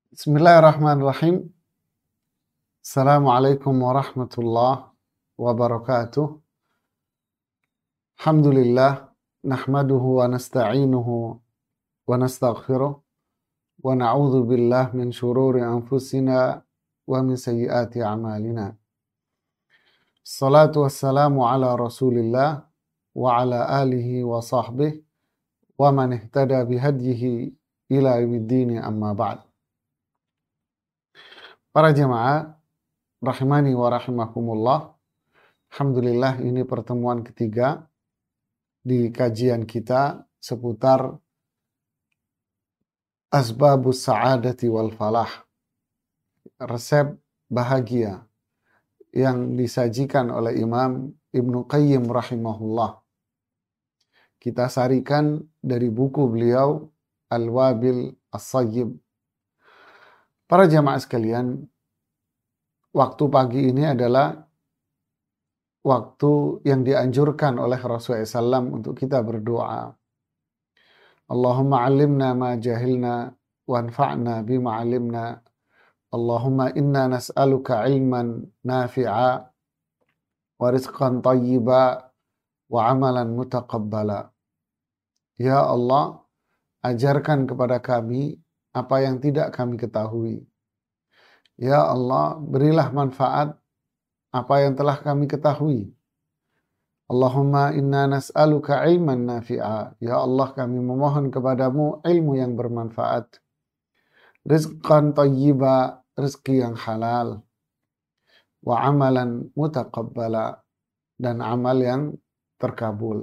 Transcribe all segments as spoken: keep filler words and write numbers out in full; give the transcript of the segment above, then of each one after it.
Bismillahirrahmanirrahim. Assalamualaikum warahmatullahi wabarakatuh. Alhamdulillah, nahmaduhu wa nasta'inuhu wa nastaghfiruh wa na'udzu billah min syururi anfusina wa min sayyiati a'malina. Assalatu wassalamu ala Rasulillah wa ala alihi wa sahbihi wa man ihtada bihadyihi ila yaumiddin, amma ba'd. Para jemaah rahimani wa rahimakumullah. Alhamdulillah, ini pertemuan ketiga di kajian kita seputar asbabus sa'adati wal falah, resep bahagia yang disajikan oleh Imam Ibnu Qayyim rahimahullah. Kita sarikan dari buku beliau Al-Wabil As-Sayyib. Para jamaah sekalian, waktu pagi ini adalah waktu yang dianjurkan oleh Rasulullah shallallahu alaihi wasallam untuk kita berdoa. Allahumma alimna ma jahilna wanfa'na bima alimna. Allahumma inna nas'aluka ilman nafi'a wa rizqan tayyiba wa amalan mutaqabbala. Ya Allah, ajarkan kepada kami apa yang tidak kami ketahui. Ya Allah, berilah manfaat apa yang telah kami ketahui. Allahumma inna nas'aluka ilman nafi'a. Ya Allah, kami memohon kepadamu ilmu yang bermanfaat. Rizqan tayyiba, rezeki yang halal. Wa amalan mutaqabbala, dan amal yang terkabul.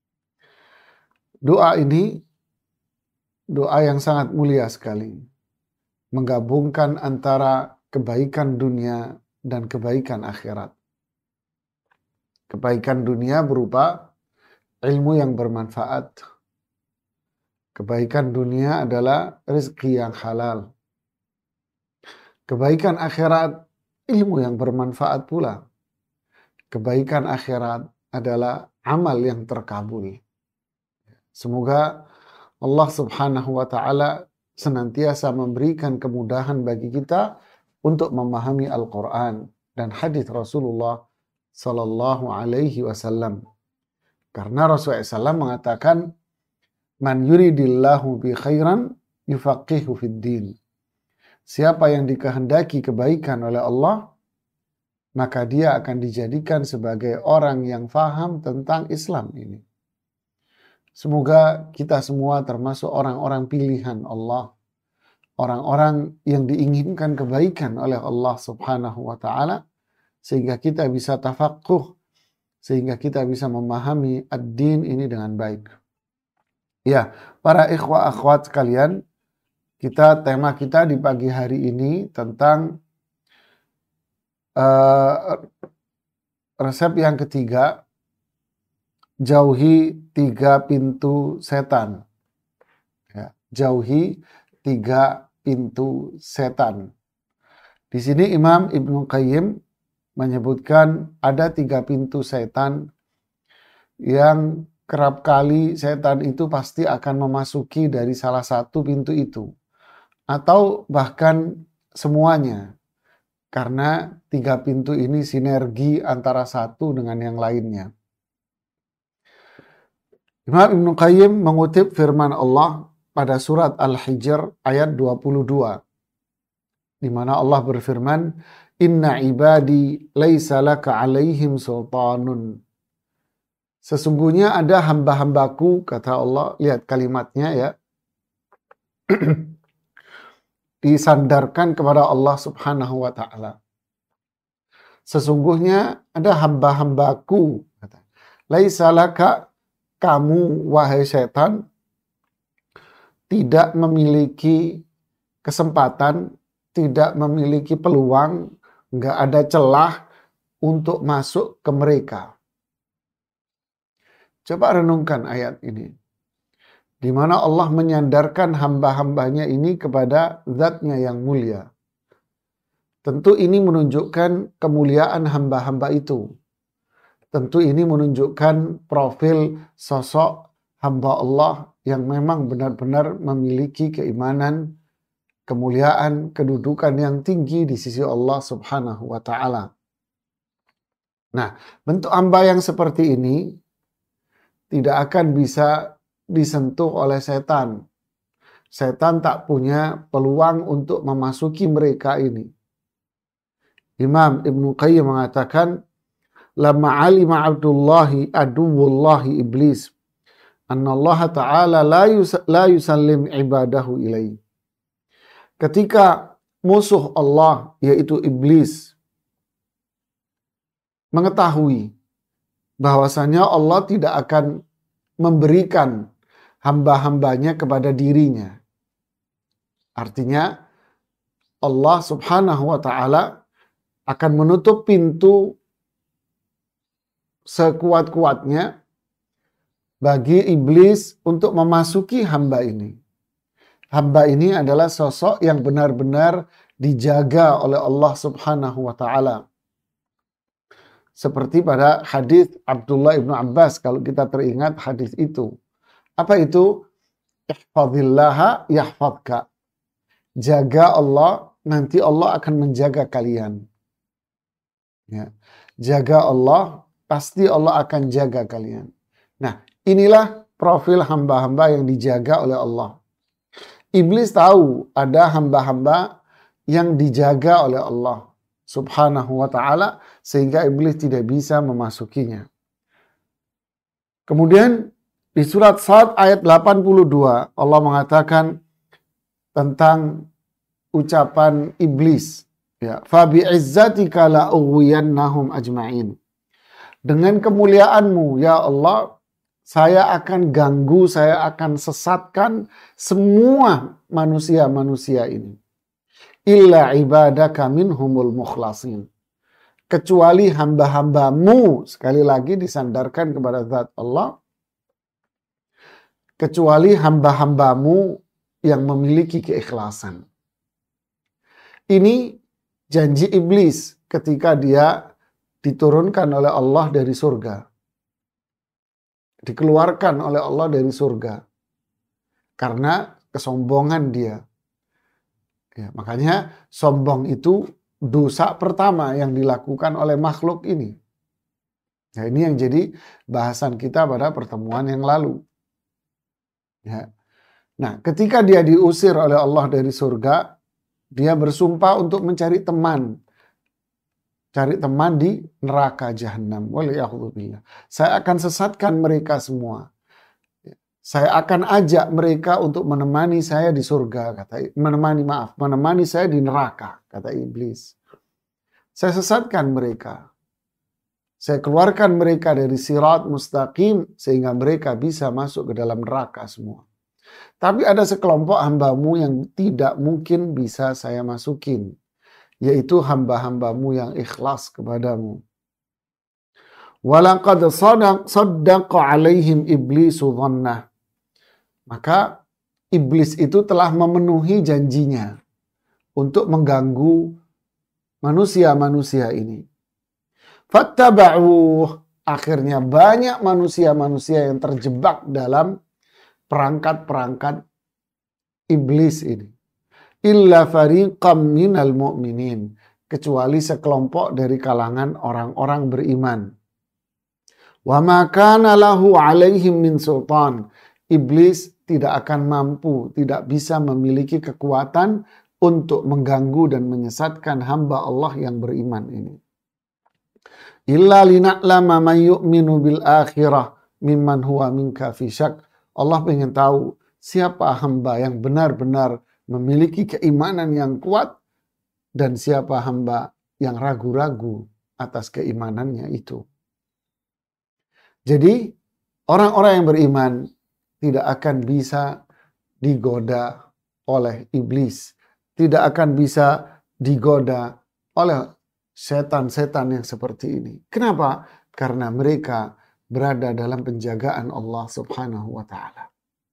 Doa ini doa yang sangat mulia sekali, menggabungkan antara kebaikan dunia dan kebaikan akhirat. Kebaikan dunia berupa ilmu yang bermanfaat. Kebaikan dunia adalah rezeki yang halal. Kebaikan akhirat, ilmu yang bermanfaat pula. Kebaikan akhirat adalah amal yang terkabul. Semoga Allah subhanahu wa ta'ala senantiasa memberikan kemudahan bagi kita untuk memahami Al-Quran dan hadis Rasulullah sallallahu alaihi wasallam. Karena Rasulullah shallallahu alaihi wasallam mengatakan, man yuridillahu bi khairan yufaqihu fid din. Siapa yang dikehendaki kebaikan oleh Allah, maka dia akan dijadikan sebagai orang yang faham tentang Islam ini. Semoga kita semua termasuk orang-orang pilihan Allah, orang-orang yang diinginkan kebaikan oleh Allah subhanahu wa ta'ala, sehingga kita bisa tafaqquh, sehingga kita bisa memahami ad-din ini dengan baik. Ya, para ikhwah akhwat sekalian, kita tema kita di pagi hari ini tentang uh, resep yang ketiga, jauhi tiga pintu setan. Ya, jauhi tiga pintu setan. Di sini Imam Ibnu Qayyim menyebutkan ada tiga pintu setan yang kerap kali setan itu pasti akan memasuki dari salah satu pintu itu. Atau bahkan semuanya. Karena tiga pintu ini sinergi antara satu dengan yang lainnya. Imam Ibnu Qayyim mengutip firman Allah pada surat Al-Hijr ayat dua puluh dua. Di mana Allah berfirman, Inna ibadi laisa laka alaihim sultanun. Sesungguhnya ada hamba-hambaku, kata Allah, lihat kalimatnya ya, disandarkan kepada Allah subhanahu wa ta'ala. Sesungguhnya ada hamba-hambaku, kata, laisa laka, kamu wahai setan tidak memiliki kesempatan, tidak memiliki peluang, nggak ada celah untuk masuk ke mereka. Coba renungkan ayat ini. Di mana Allah menyandarkan hamba-hambanya ini kepada zatnya yang mulia. Tentu ini menunjukkan kemuliaan hamba-hamba itu. Tentu ini menunjukkan profil sosok hamba Allah yang memang benar-benar memiliki keimanan, kemuliaan, kedudukan yang tinggi di sisi Allah Subhanahu wa taala. Nah, bentuk hamba yang seperti ini tidak akan bisa disentuh oleh setan. Setan tak punya peluang untuk memasuki mereka ini. Imam Ibnu Qayyim mengatakan, "Lamma alima Abdullahi aduwullahi iblis, anna Allah Ta'ala la, yus la yusallim ibadahu ilaih." Ketika musuh Allah, yaitu iblis, mengetahui bahwasanya Allah tidak akan memberikan hamba-hambanya kepada dirinya. Artinya Allah Subhanahu wa taala akan menutup pintu sekuat-kuatnya bagi iblis untuk memasuki hamba ini. Hamba ini adalah sosok yang benar-benar dijaga oleh Allah Subhanahu wa taala. Seperti pada hadis Abdullah ibnu Abbas, kalau kita teringat hadis itu. Apa itu? Ihfazillaha yahfazka. Jaga Allah, nanti Allah akan menjaga kalian. Ya. Jaga Allah, pasti Allah akan jaga kalian. Nah, inilah profil hamba-hamba yang dijaga oleh Allah. Iblis tahu ada hamba-hamba yang dijaga oleh Allah Subhanahu wa ta'ala, sehingga iblis tidak bisa memasukinya. Kemudian di surat Sad ayat delapan puluh dua, Allah mengatakan tentang ucapan iblis, ya, fa bi'izzatika la ughwiyannahum ajma'in. Dengan kemuliaanmu ya Allah, saya akan ganggu, saya akan sesatkan semua manusia-manusia ini. Illa ibadaka minhumul mukhlasin. Kecuali hamba-hambamu, sekali lagi disandarkan kepada zat Allah, kecuali hamba-hambamu yang memiliki keikhlasan. Ini janji iblis ketika dia diturunkan oleh Allah dari surga. Dikeluarkan oleh Allah dari surga. Karena kesombongan dia. Ya, makanya sombong itu dosa pertama yang dilakukan oleh makhluk ini. Nah, ini yang jadi bahasan kita pada pertemuan yang lalu. Ya. Nah, ketika dia diusir oleh Allah dari surga, dia bersumpah untuk mencari teman. Cari teman di neraka jahanam. Waliyahudzubillah. Saya akan sesatkan mereka semua. Saya akan ajak mereka untuk menemani saya di surga, kata menemani maaf, menemani saya di neraka, kata iblis. Saya sesatkan mereka. Saya keluarkan mereka dari sirat mustaqim sehingga mereka bisa masuk ke dalam neraka semua. Tapi ada sekelompok hambamu yang tidak mungkin bisa saya masukin, yaitu hamba-hambamu yang ikhlas kepadamu. Walaqad saddaqa alaihim iblisu dhannah. Maka iblis itu telah memenuhi janjinya untuk mengganggu manusia-manusia ini. Fattaba'uh. Akhirnya banyak manusia-manusia yang terjebak dalam perangkat-perangkat iblis ini. Illa fariqam minal mu'minin. Kecuali sekelompok dari kalangan orang-orang beriman. Wa ma kana lahu alaihim min sultan. Iblis tidak akan mampu, tidak bisa memiliki kekuatan untuk mengganggu dan menyesatkan hamba Allah yang beriman ini. Illa lina'lama man yu'minu bil akhirah mimman huwa minka fi syak. Allah ingin tahu siapa hamba yang benar-benar memiliki keimanan yang kuat dan siapa hamba yang ragu-ragu atas keimanannya itu. Jadi orang-orang yang beriman tidak akan bisa digoda oleh iblis. Tidak akan bisa digoda oleh setan-setan yang seperti ini. Kenapa? Karena mereka berada dalam penjagaan Allah Subhanahu wa ta'ala.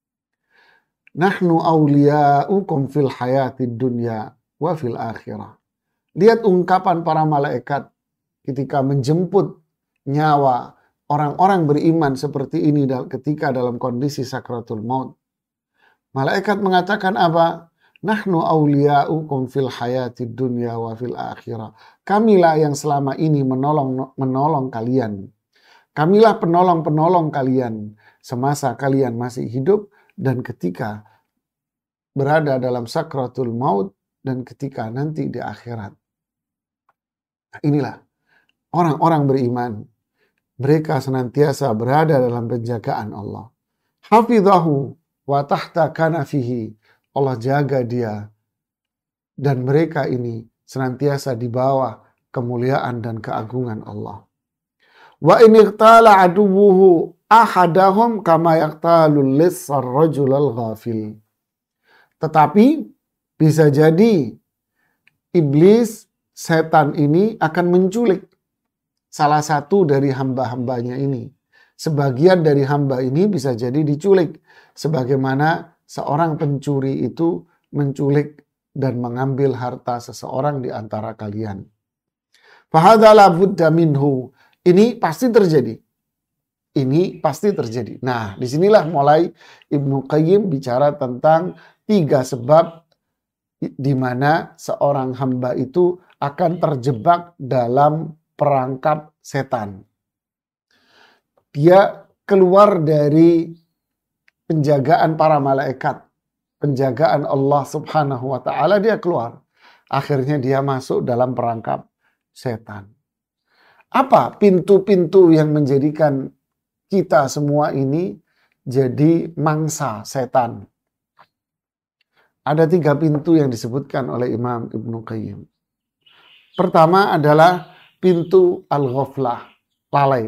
Nahnu awliya'ukum fil hayatid dunya wa fil akhirah. Lihat ungkapan para malaikat ketika menjemput nyawa orang-orang beriman seperti ini ketika dalam kondisi sakratul maut. Malaikat mengatakan apa? Nahnu awliya'ukum fil hayatid dunya wa fil akhirah. Kamilah yang selama ini menolong menolong kalian. Kamilah penolong-penolong kalian semasa kalian masih hidup dan ketika berada dalam sakratul maut dan ketika nanti di akhirat. Nah, inilah orang-orang beriman. Mereka senantiasa berada dalam penjagaan Allah. Hafidhahu wa tahta kanafihi. Allah jaga dia. Dan mereka ini senantiasa di bawah kemuliaan dan keagungan Allah. Wa in iqtala aduwuhu ahadahum kama yaqtalul lissar rajulal ghafil. Tetapi bisa jadi iblis, setan ini akan menculik salah satu dari hamba-hambanya ini. Sebagian dari hamba ini bisa jadi diculik. Sebagaimana seorang pencuri itu menculik dan mengambil harta seseorang di antara kalian. Fahadha la budda minhu. Ini pasti terjadi. Ini pasti terjadi. Nah, disinilah mulai Ibnu Qayyim bicara tentang tiga sebab di mana seorang hamba itu akan terjebak dalam perangkap setan. Dia keluar dari penjagaan para malaikat, penjagaan Allah Subhanahu wa taala, dia keluar. Akhirnya dia masuk dalam perangkap setan. Apa pintu-pintu yang menjadikan kita semua ini jadi mangsa setan? Ada tiga pintu yang disebutkan oleh Imam Ibnu Qayyim. Pertama adalah pintu al-ghaflah, lalai.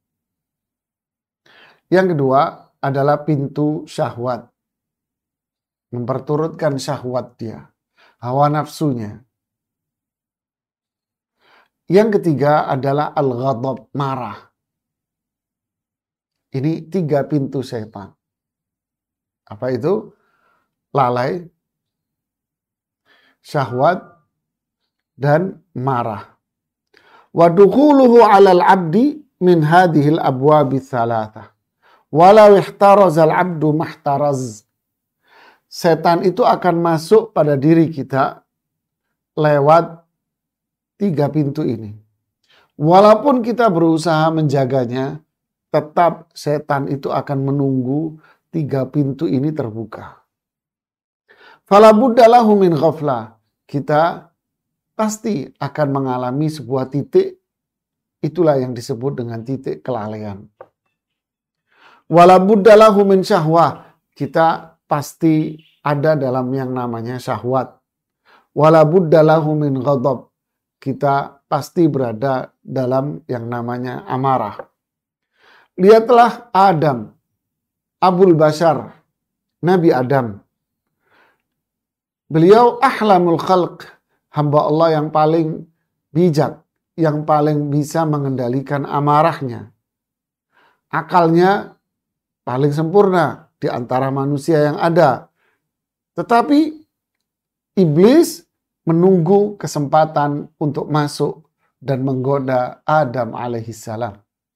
Yang kedua adalah pintu syahwat. Memperturutkan syahwat dia, hawa nafsunya. Yang ketiga adalah al-ghadab, marah. Ini tiga pintu setan. Apa itu? Lalai, syahwat, dan marah. Wa dukhuluhu 'alal 'abdi min hadhil abwabi tsalatsah. Walau ihtarazal 'abdu mahtaraz. Setan itu akan masuk pada diri kita lewat tiga pintu ini. Walaupun kita berusaha menjaganya, tetap setan itu akan menunggu tiga pintu ini terbuka. Fala budda lahu min ghaflah. Kita pasti akan mengalami sebuah titik, itulah yang disebut dengan titik kelalaian. Wala budda lahu min syahwah. Kita pasti ada dalam yang namanya syahwat. Wala budda lahu min ghadab. Kita pasti berada dalam yang namanya amarah. Lihatlah Adam, Abul Bashar, Nabi Adam. Beliau ahlamul khalq, hamba Allah yang paling bijak, yang paling bisa mengendalikan amarahnya. Akalnya paling sempurna di antara manusia yang ada. Tetapi iblis menunggu kesempatan untuk masuk dan menggoda Adam alaihissalam.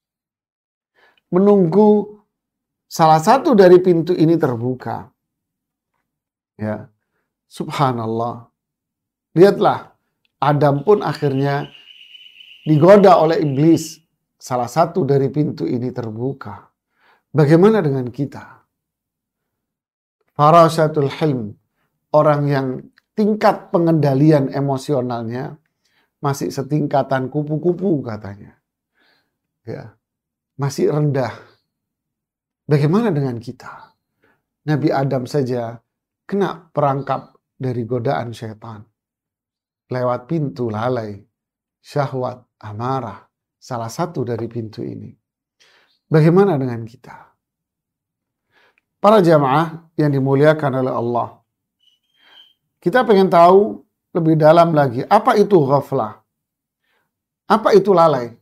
Menunggu salah satu dari pintu ini terbuka. Ya, subhanallah. Lihatlah, Adam pun akhirnya digoda oleh iblis. Salah satu dari pintu ini terbuka. Bagaimana dengan kita? Farasatul hilm, orang yang tingkat pengendalian emosionalnya masih setingkatan kupu-kupu katanya. Ya, masih rendah. Bagaimana dengan kita? Nabi Adam saja kena perangkap dari godaan syaitan. Lewat pintu lalai, syahwat, amarah. Salah satu dari pintu ini. Bagaimana dengan kita? Para jamaah yang dimuliakan oleh Allah. Kita pengen tahu lebih dalam lagi. Apa itu ghaflah? Apa itu lalai?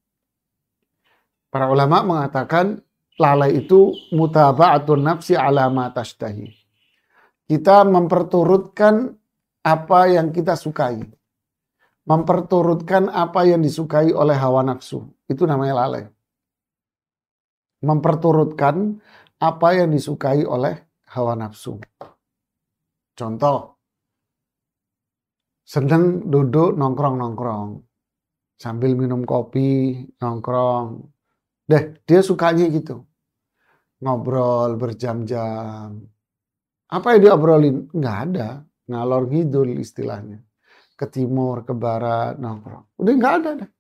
Para ulama mengatakan lalai itu mutaba'atun nafsi ala ma tashtahi. Kita memperturutkan apa yang kita sukai. Memperturutkan apa yang disukai oleh hawa nafsu. Itu namanya lalai. Memperturutkan apa yang disukai oleh hawa nafsu. Contoh, seneng duduk nongkrong-nongkrong. Sambil minum kopi, nongkrong. Deh, dia sukanya gitu. Ngobrol berjam-jam. Apa yang dia obrolin? Nggak ada. Ngalor ngidul istilahnya. Ke timur, ke barat, nongkrong. Udah nggak ada deh.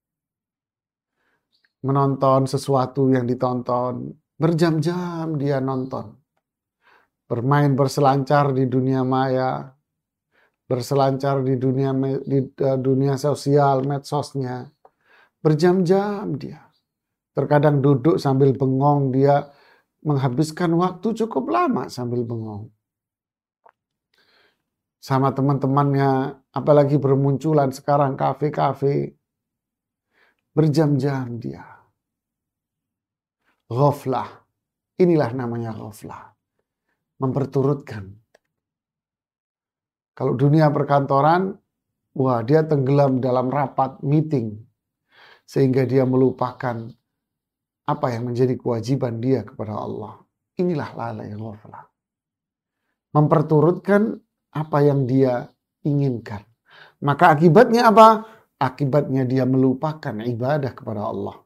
Menonton sesuatu yang ditonton. Berjam-jam dia nonton. Bermain berselancar di dunia maya. Berselancar di dunia di uh, dunia sosial, medsosnya. Berjam-jam dia. Terkadang duduk sambil bengong, dia menghabiskan waktu cukup lama sambil bengong. Sama teman-temannya, apalagi bermunculan sekarang kafe-kafe. Berjam-jam dia. Ghaflah. Inilah namanya ghaflah. Memperturutkan. Kalau dunia perkantoran, wah dia tenggelam dalam rapat meeting. Sehingga dia melupakan apa yang menjadi kewajiban dia kepada Allah. Inilah lalai ghaflah. Memperturutkan apa yang dia inginkan. Maka akibatnya apa? Akibatnya dia melupakan ibadah kepada Allah.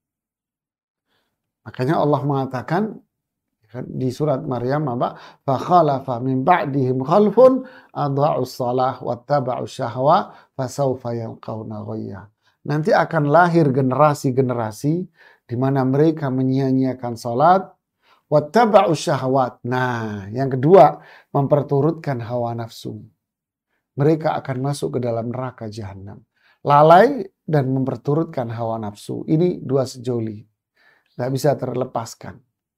Makanya Allah mengatakan di surat Maryam apa? Fakhalafa min ba'dihim khalfun adha'us shalah wattaba'us syahwa fasawfa yalqauna ghayya. Nanti akan lahir generasi-generasi di mana mereka menyia-nyiakan salat, wattaba'us syahwat. Nah, yang kedua, memperturutkan hawa nafsu. Mereka akan masuk ke dalam neraka jahanam. Lalai dan memperturutkan hawa nafsu. Ini dua sejoli. Tidak bisa terlepaskan.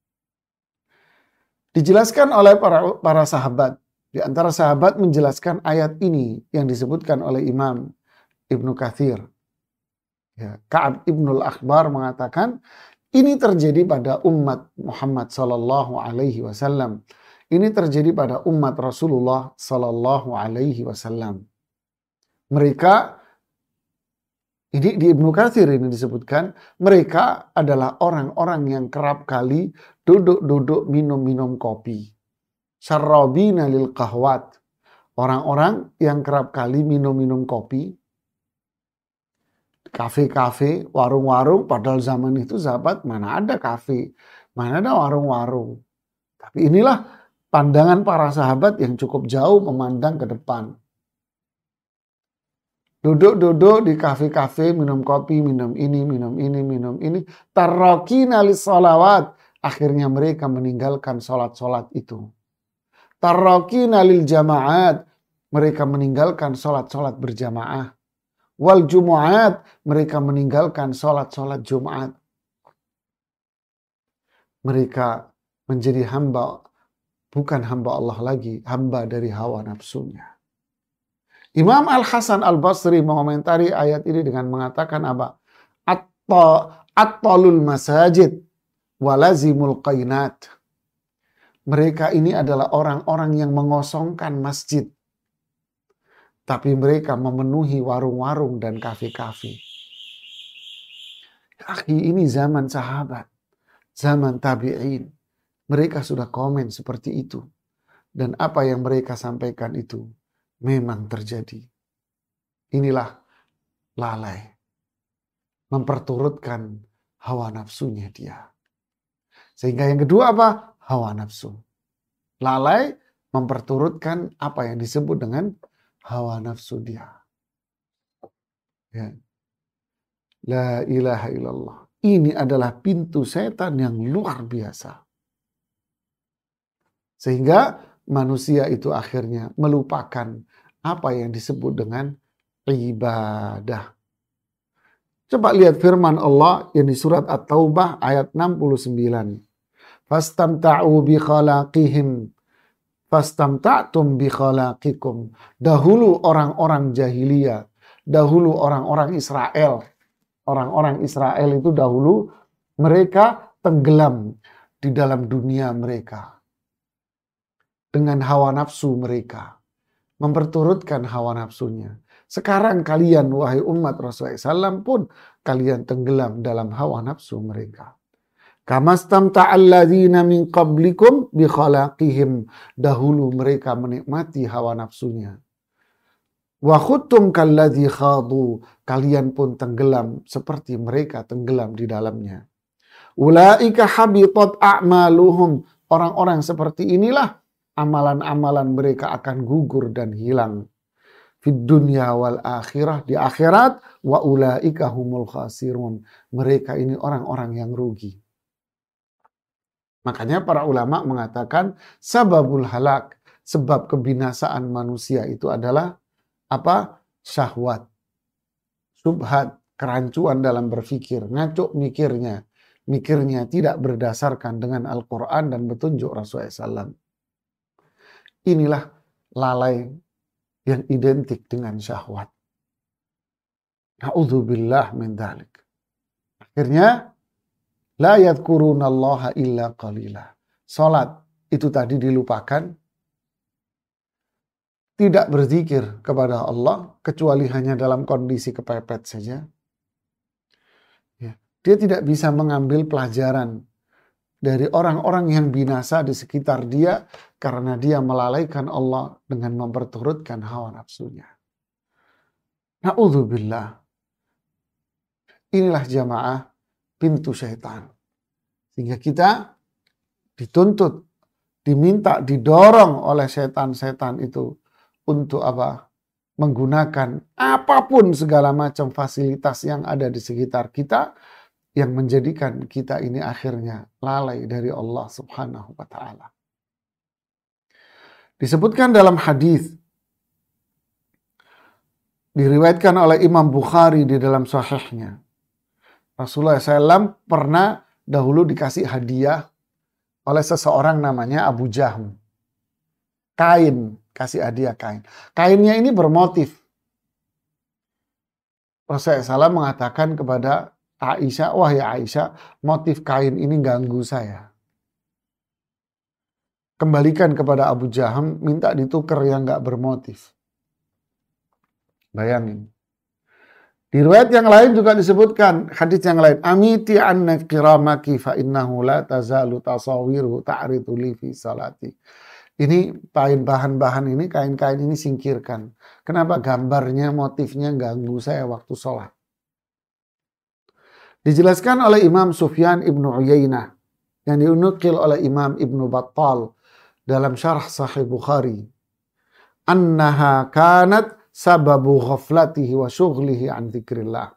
Dijelaskan oleh para, para sahabat. Di antara sahabat menjelaskan ayat ini yang disebutkan oleh Imam Ibnu Katsir. Ya, Ka'ab Ibnul Akhbar mengatakan, ini terjadi pada umat Muhammad sallallahu alaihi wasallam. Ini terjadi pada umat Rasulullah sallallahu alaihi wasallam. Mereka, ini di Ibnu Katsir ini disebutkan, mereka adalah orang-orang yang kerap kali duduk-duduk minum-minum kopi. Syarrabina lil qahwat. Orang-orang yang kerap kali minum-minum kopi. Kafe-kafe, warung-warung, padahal zaman itu sahabat mana ada kafe, mana ada warung-warung. Tapi inilah pandangan para sahabat yang cukup jauh memandang ke depan. Duduk-duduk di kafe-kafe, minum kopi, minum ini, minum ini, minum ini. Tarrakina lis-sholawat. Akhirnya mereka meninggalkan sholat-sholat itu. Tarrakina lil jamaat. Mereka meninggalkan sholat-sholat berjamaah. Wal jumu'at. Mereka meninggalkan sholat-sholat Jumat. Mereka menjadi hamba, bukan hamba Allah lagi, hamba dari hawa nafsunya. Imam Al-Hasan Al-Basri mengomentari ayat ini dengan mengatakan apa? At-talul masajid walazimul qainat. Mereka ini adalah orang-orang yang mengosongkan masjid. Tapi mereka memenuhi warung-warung dan kafe-kafe. Akhi, ini zaman sahabat. Zaman tabi'in. Mereka sudah komen seperti itu. Dan apa yang mereka sampaikan itu memang terjadi. Inilah lalai. Memperturutkan hawa nafsunya dia. Sehingga yang kedua apa? Hawa nafsu. Lalai memperturutkan apa yang disebut dengan hawa nafsu dia. Ya. La ilaha illallah. Ini adalah pintu setan yang luar biasa. Sehingga manusia itu akhirnya melupakan apa yang disebut dengan ibadah. Coba lihat firman Allah yang di surat At-Taubah ayat enam puluh sembilan. Fastamta'u bi khalaqihim fastamta'tum bi khalaqikum. Dahulu orang-orang jahiliyah, dahulu orang-orang Israel. Orang-orang Israel itu dahulu mereka tenggelam di dalam dunia mereka. Dengan hawa nafsu mereka. Memperturutkan hawa nafsunya. Sekarang kalian wahai umat Rasulullah shallallahu alaihi wasallam pun kalian tenggelam dalam hawa nafsu mereka. Kamastamta'alladzina min qablikum bi khalaqihim. Dahulu mereka menikmati hawa nafsunya. Wa khuttum kalladzi khadu, kalian pun tenggelam seperti mereka tenggelam di dalamnya. Ulaika habitat a'maluhum, orang-orang seperti inilah amalan-amalan mereka akan gugur dan hilang. Fid dunya wal akhirah, di akhirat, wa ulaika humul khasirun, mereka ini orang-orang yang rugi. Makanya para ulama mengatakan sababul halak, sebab kebinasaan manusia itu adalah apa? Syahwat, subhat, kerancuan dalam berpikir, ngaco mikirnya. Mikirnya tidak berdasarkan dengan Al-Quran dan petunjuk Rasulullah shallallahu alaihi wasallam. Inilah lalai yang identik dengan syahwat. Na'udzubillah min dzalik. Akhirnya, la yadhkurunallaha illa qalila. Salat itu tadi dilupakan. Tidak berzikir kepada Allah kecuali hanya dalam kondisi kepepet saja. Ya. Dia tidak bisa mengambil pelajaran dari orang-orang yang binasa di sekitar dia karena dia melalaikan Allah dengan memperturutkan hawa nafsunya. Na'udzubillah. Inilah jamaah pintu syaitan. Sehingga kita dituntut, diminta, didorong oleh setan-setan itu untuk apa? Menggunakan apapun segala macam fasilitas yang ada di sekitar kita yang menjadikan kita ini akhirnya lalai dari Allah Subhanahu wa taala. Disebutkan dalam hadis diriwayatkan oleh Imam Bukhari di dalam sahihnya. Rasulullah shallallahu alaihi wasallam pernah dahulu dikasih hadiah oleh seseorang namanya Abu Jahm. Kain, kasih hadiah kain. Kainnya ini bermotif. Rasulullah shallallahu alaihi wasallam mengatakan kepada Aisyah, wahai Aisyah, motif kain ini ganggu saya. Kembalikan kepada Abu Jahm, minta ditukar yang gak bermotif. Bayangin. Di riwayat yang lain juga disebutkan, hadis yang lain, amiti anna kiramaki fa innahu la tazalu tasawiru ta'ritu li fi salati. Ini kain bahan-bahan ini, kain-kain ini singkirkan. Kenapa? Gambarnya, motifnya ganggu saya waktu sholat. Dijelaskan oleh Imam Sufyan ibnu Uyainah yang dinukil oleh Imam Ibnu Battal dalam syarah Sahih Bukhari. Annaha kanat sababu ghaflatihi wa syughlihi an dzikrillah.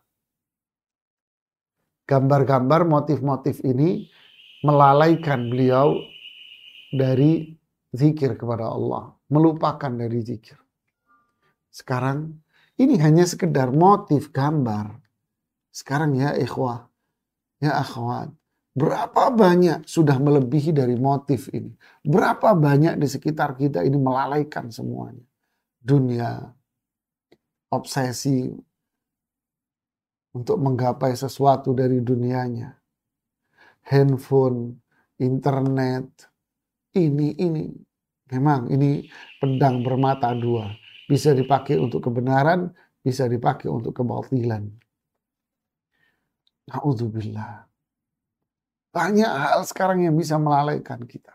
Gambar-gambar motif-motif ini melalaikan beliau dari zikir kepada Allah, melupakan dari zikir. Sekarang ini hanya sekedar motif gambar. Sekarang ya ikhwah, ya akhwat, berapa banyak sudah melebihi dari motif ini. Berapa banyak di sekitar kita ini melalaikan semuanya. Dunia, obsesi untuk menggapai sesuatu dari dunianya. Handphone, internet, ini, ini. Memang ini pedang bermata dua. Bisa dipakai untuk kebenaran, bisa dipakai untuk kebatilan. Na'udzubillah. Banyak hal sekarang yang bisa melalaikan kita.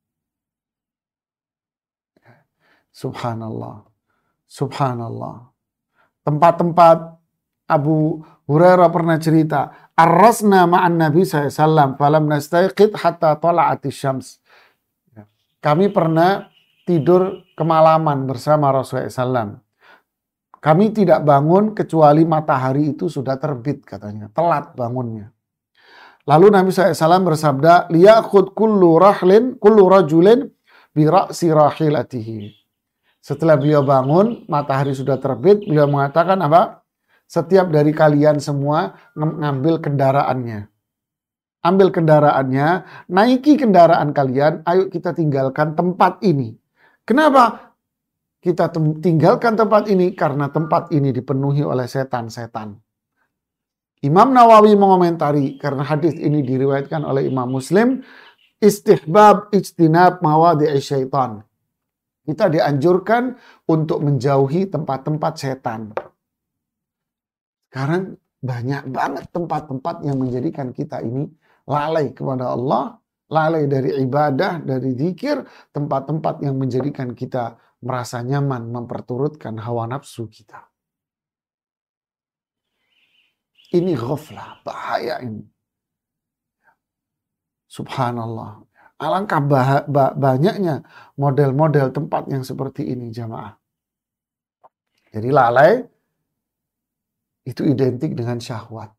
Subhanallah. Subhanallah. Tempat-tempat Abu Hurairah pernah cerita. Arrasna ma'an Nabi sallallahu alaihi wasallam. Falam nastaiqid hatta tala'atis syams. Kami pernah tidur kemalaman bersama Rasulullah shallallahu alaihi wasallam. Kami tidak bangun kecuali matahari itu sudah terbit katanya. Telat bangunnya. Lalu Nabi shallallahu alaihi wasallam bersabda, liyakhud kullu rahlin, kullu rajulin bi ra'si rahilatihi. Setelah beliau bangun, matahari sudah terbit, beliau mengatakan apa? Setiap dari kalian semua ngambil kendaraannya. Ambil kendaraannya, naiki kendaraan kalian, ayo kita tinggalkan tempat ini. Kenapa kita tinggalkan tempat ini? Karena tempat ini dipenuhi oleh setan-setan. Imam Nawawi mengomentari, karena hadis ini diriwayatkan oleh Imam Muslim, istihbab ijtinab mawadi'i syaitan. Kita dianjurkan untuk menjauhi tempat-tempat setan. Sekarang banyak banget tempat-tempat yang menjadikan kita ini lalai kepada Allah, lalai dari ibadah, dari zikir, tempat-tempat yang menjadikan kita merasa nyaman memperturutkan hawa nafsu kita. Ini ghaflah, bahaya ini. Subhanallah. Alangkah bah- bah- banyaknya model-model tempat yang seperti ini, jamaah. Jadi lalai itu identik dengan syahwat.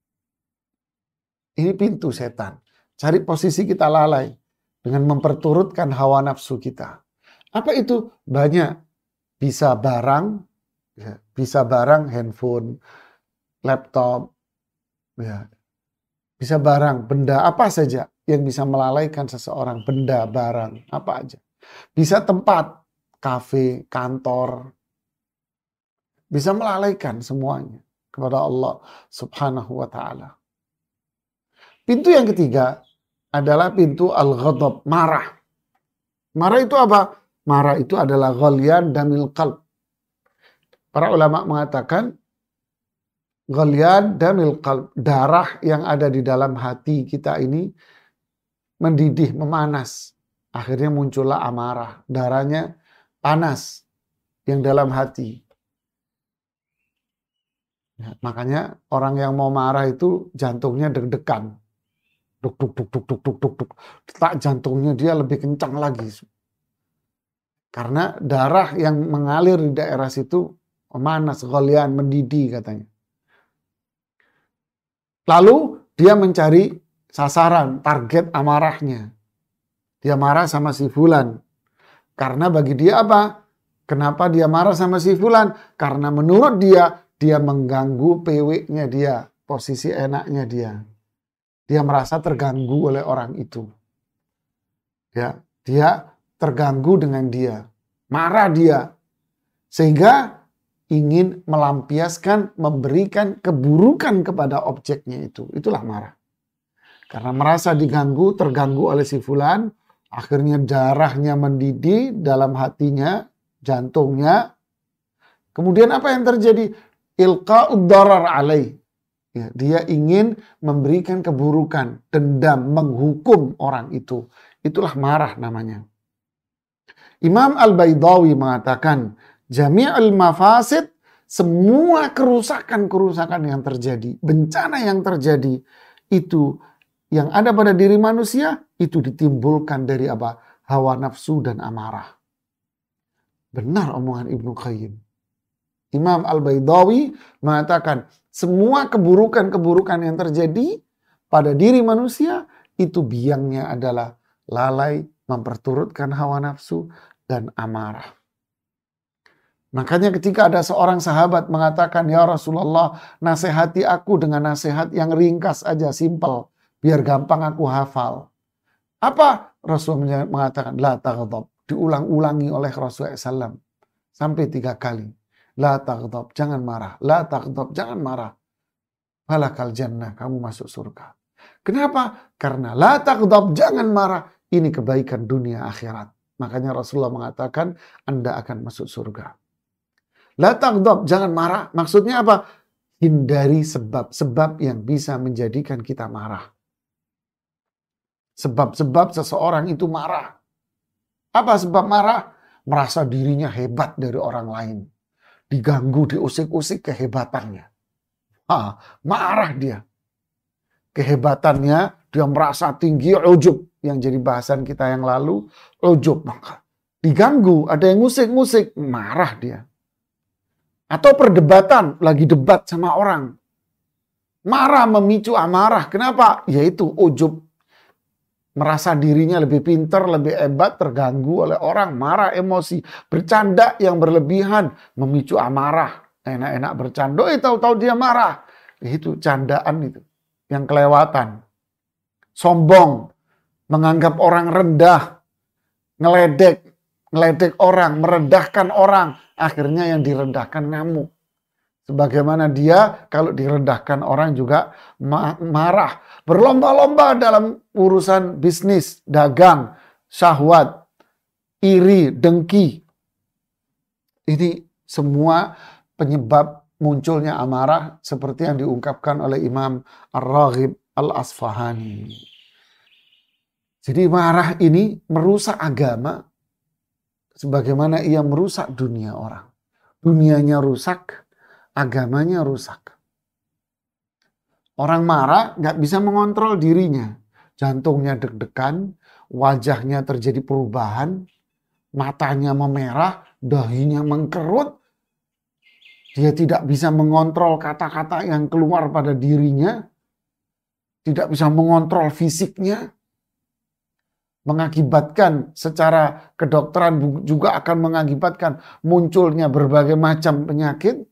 Ini pintu setan. Cari posisi kita lalai dengan memperturutkan hawa nafsu kita. Apa itu? Banyak. Bisa barang, ya, bisa barang, handphone, laptop, ya. Bisa barang, benda apa saja yang bisa melalaikan seseorang, benda, barang, apa aja. Bisa tempat, kafe, kantor, bisa melalaikan semuanya kepada Allah Subhanahu wa ta'ala. Pintu yang ketiga adalah pintu al-ghadab, marah. Marah itu apa? Marah itu adalah ghalyan damil qalb. Para ulama mengatakan ghalyan damil qalb, darah yang ada di dalam hati kita ini mendidih, memanas. Akhirnya muncullah amarah, darahnya panas yang dalam hati. Ya, makanya orang yang mau marah itu jantungnya deg-degan. Duk, duk, duk, duk, duk, duk, duk, duk. Detak jantungnya dia lebih kencang lagi. Karena darah yang mengalir di daerah situ memanas, ghalyan, mendidih katanya. Lalu dia mencari sasaran, target amarahnya. Dia marah sama si fulan. Karena bagi dia apa? Kenapa dia marah sama si fulan? Karena menurut dia, dia mengganggu P W-nya dia, posisi enaknya dia. Dia merasa terganggu oleh orang itu. Ya, dia terganggu dengan dia. Marah dia. Sehingga ingin melampiaskan, memberikan keburukan kepada objeknya itu. Itulah marah. Karena merasa diganggu, terganggu oleh si fulan, akhirnya darahnya mendidih dalam hatinya, jantungnya. Kemudian apa yang terjadi? Ilqa'ud darar alaih. Ya, dia ingin memberikan keburukan, dendam, menghukum orang itu. Itulah marah namanya. Imam Al-Baydawi mengatakan, jami'ul mafasid, semua kerusakan-kerusakan yang terjadi, bencana yang terjadi, itu yang ada pada diri manusia, itu ditimbulkan dari apa? Hawa nafsu dan amarah. Benar omongan Ibnu Qayyim. Imam Al-Baydawi mengatakan, semua keburukan-keburukan yang terjadi pada diri manusia, itu biangnya adalah lalai memperturutkan hawa nafsu dan amarah. Makanya ketika ada seorang sahabat mengatakan, ya Rasulullah, nasihati aku dengan nasihat yang ringkas aja, simple, biar gampang aku hafal. Apa? Rasul mengatakan, la taghdab. Diulang-ulangi oleh Rasulullah shallallahu alaihi wasallam sampai tiga kali. La taghdab, jangan marah. La taghdab, jangan marah. Falakal jannah, kamu masuk surga. Kenapa? Karena la taghdab, jangan marah. Ini kebaikan dunia akhirat. Makanya Rasulullah mengatakan, Anda akan masuk surga. La taghdab, jangan marah. Maksudnya apa? Hindari sebab-sebab yang bisa menjadikan kita marah. Sebab-sebab seseorang itu marah. Apa sebab marah? Merasa dirinya hebat dari orang lain. Diganggu, diusik-usik kehebatannya. Ah, marah dia. Kehebatannya, dia merasa tinggi, ujub. Yang jadi bahasan kita yang lalu, ujub. Maka diganggu, ada yang musik-musik, marah dia. Atau perdebatan, lagi debat sama orang. Marah memicu amarah. Kenapa? Yaitu ujub. Merasa dirinya lebih pintar, lebih hebat, terganggu oleh orang, marah, emosi, bercanda yang berlebihan, memicu amarah. Enak-enak bercanda, eh tahu-tahu dia marah. Itu candaan itu, yang kelewatan. Sombong, menganggap orang rendah, ngeledek, ngeledek orang, merendahkan orang. Akhirnya yang direndahkan ngamuk. Sebagaimana dia kalau direndahkan orang juga marah. Berlomba-lomba dalam urusan bisnis, dagang, syahwat, iri, dengki. Ini semua penyebab munculnya amarah seperti yang diungkapkan oleh Imam Ar-Raghib Al-Asfahani. Jadi marah ini merusak agama sebagaimana ia merusak dunia orang. Dunianya rusak, agamanya rusak. Orang marah nggak bisa mengontrol dirinya. Jantungnya deg-degan, wajahnya terjadi perubahan, matanya memerah, dahinya mengkerut. Dia tidak bisa mengontrol kata-kata yang keluar pada dirinya. Tidak bisa mengontrol fisiknya. Mengakibatkan secara kedokteran juga akan mengakibatkan munculnya berbagai macam penyakit.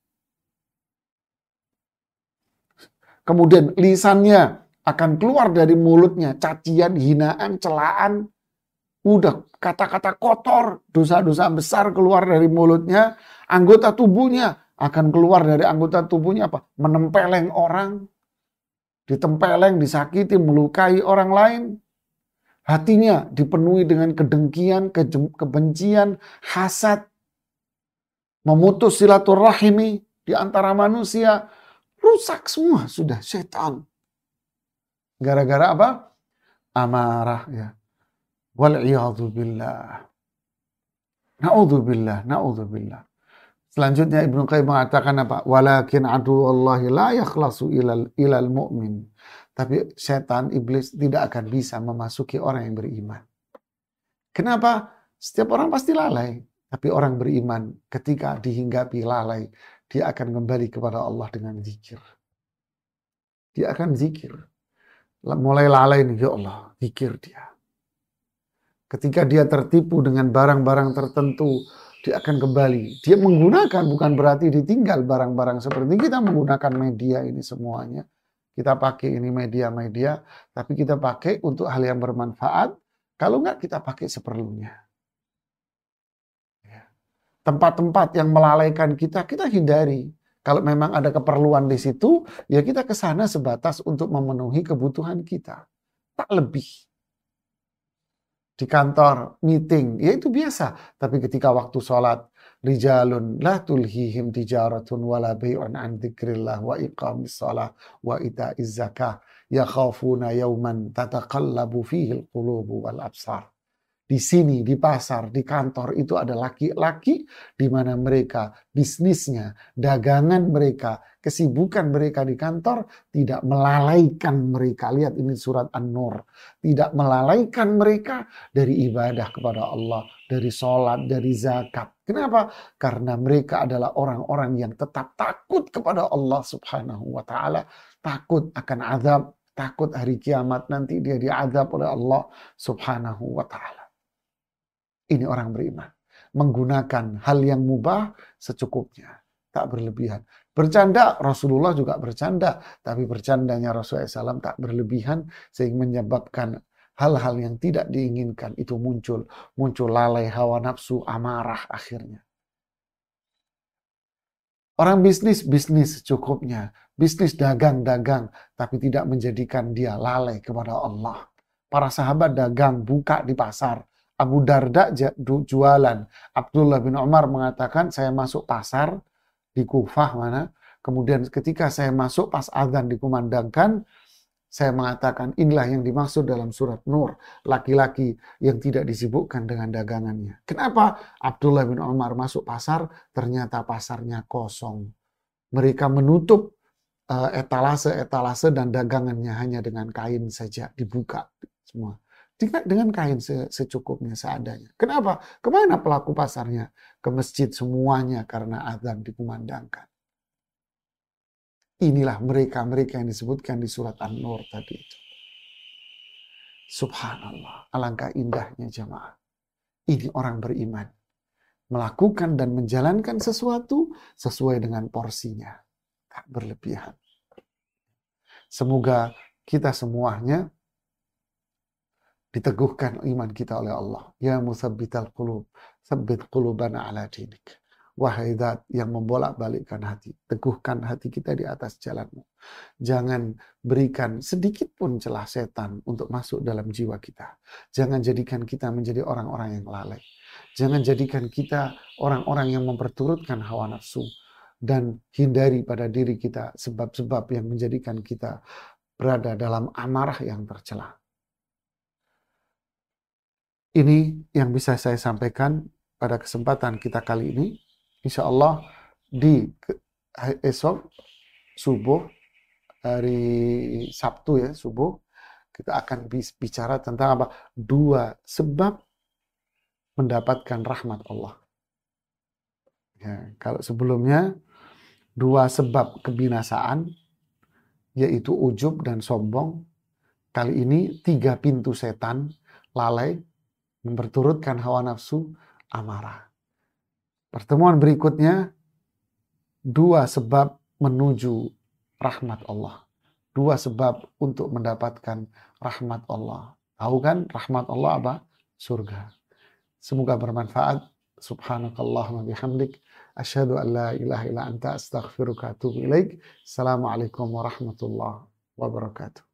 Kemudian lisannya akan keluar dari mulutnya cacian, hinaan, celaan. Udah kata-kata kotor, dosa-dosa besar keluar dari mulutnya. Anggota tubuhnya akan keluar dari anggota tubuhnya apa? Menempeleng orang. Ditempeleng, disakiti, melukai orang lain. Hatinya dipenuhi dengan kedengkian, kebencian, hasad. Memutus silaturahimi di antara manusia. Rusak semua sudah setan. Gara-gara apa? Amarah ya. Wal'iyadzubillah. Na'udzubillah, na'udzubillah. Selanjutnya Ibnu Qayyim mengatakan apa? Walakin aduwallahi la yakhlasu ilal, ilal mu'min. Tapi setan, iblis tidak akan bisa memasuki orang yang beriman. Kenapa? Setiap orang pasti lalai. Tapi orang beriman ketika dihinggapi lalai, dia akan kembali kepada Allah dengan zikir. Dia akan zikir. Mulai lalai nih, ya Allah, zikir dia. Ketika dia tertipu dengan barang-barang tertentu, dia akan kembali. Dia menggunakan, bukan berarti ditinggal barang-barang seperti kita menggunakan media ini semuanya. Kita pakai ini media-media, tapi kita pakai untuk hal yang bermanfaat. Kalau enggak, kita pakai seperlunya. Tempat-tempat yang melalaikan kita, kita hindari. Kalau memang ada keperluan di situ, ya kita ke sana sebatas untuk memenuhi kebutuhan kita. Tak lebih. Di kantor, meeting, ya itu biasa. Tapi ketika waktu sholat, rijalun la tulhihim tijaratun wala bay'un an dzikrillah wa iqamis shalah wa ita'iz zakah yakhafuna yawman tataqallabu fihi al-qulubu wal absar. Di sini, di pasar, di kantor itu ada laki-laki di mana mereka bisnisnya, dagangan mereka, kesibukan mereka di kantor tidak melalaikan mereka. Lihat ini surat An-Nur. Tidak melalaikan mereka dari ibadah kepada Allah, dari sholat, dari zakat. Kenapa? Karena mereka adalah orang-orang yang tetap takut kepada Allah Subhanahu wa taala, takut akan azab, takut hari kiamat nanti dia diazab oleh Allah Subhanahu wa taala. Ini orang beriman. Menggunakan hal yang mubah secukupnya. Tak berlebihan. Bercanda, Rasulullah juga bercanda. Tapi bercandanya Rasulullah shallallahu alaihi wasallam tak berlebihan. Sehingga menyebabkan hal-hal yang tidak diinginkan itu muncul. Muncul lalai, hawa nafsu, amarah akhirnya. Orang bisnis, bisnis secukupnya. Bisnis dagang-dagang. Tapi tidak menjadikan dia lalai kepada Allah. Para sahabat dagang, buka di pasar. Abu Darda jualan. Abdullah bin Umar mengatakan, saya masuk pasar di Kufah mana. Kemudian ketika saya masuk pas azan dikumandangkan, saya mengatakan inilah yang dimaksud dalam surat Nur. Laki-laki yang tidak disibukkan dengan dagangannya. Kenapa? Abdullah bin Umar masuk pasar, ternyata pasarnya kosong. Mereka menutup etalase-etalase dan dagangannya hanya dengan kain saja. Dibuka semua. Dengan kain secukupnya, seadanya. Kenapa? Kemana pelaku pasarnya? Ke masjid semuanya karena azan dikumandangkan. Inilah mereka-mereka yang disebutkan di surat An-Nur tadi itu. Subhanallah, alangkah indahnya jamaah. Ini orang beriman. Melakukan dan menjalankan sesuatu sesuai dengan porsinya. Tak berlebihan. Semoga kita semuanya diteguhkan iman kita oleh Allah. Ya musabbital qulub, tsabbit qulubana ala dinik. Wahai zat yang membolak-balikkan hati, teguhkan hati kita di atas jalanmu. Jangan berikan sedikit pun celah setan untuk masuk dalam jiwa kita. Jangan jadikan kita menjadi orang-orang yang lalai. Jangan jadikan kita orang-orang yang memperturutkan hawa nafsu. Dan hindari pada diri kita sebab-sebab yang menjadikan kita berada dalam amarah yang tercela. Ini yang bisa saya sampaikan. pada kesempatan kita kali ini. Insya Allah di esok subuh, hari Sabtu ya, subuh, kita akan bicara tentang apa? Dua sebab mendapatkan rahmat Allah. Ya, kalau sebelumnya dua sebab kebinasaan, yaitu ujub dan sombong. Kali ini tiga pintu setan, lalai, memperturutkan hawa nafsu, amarah. Pertemuan berikutnya, dua sebab menuju rahmat Allah. Dua sebab untuk mendapatkan rahmat Allah. Tahu kan rahmat Allah apa? Surga. Semoga bermanfaat. Subhanakallahumma bihamdik. Asyhadu an la ilaha illa anta astaghfiruka wa atubu ilaik. Assalamualaikum warahmatullahi wabarakatuh.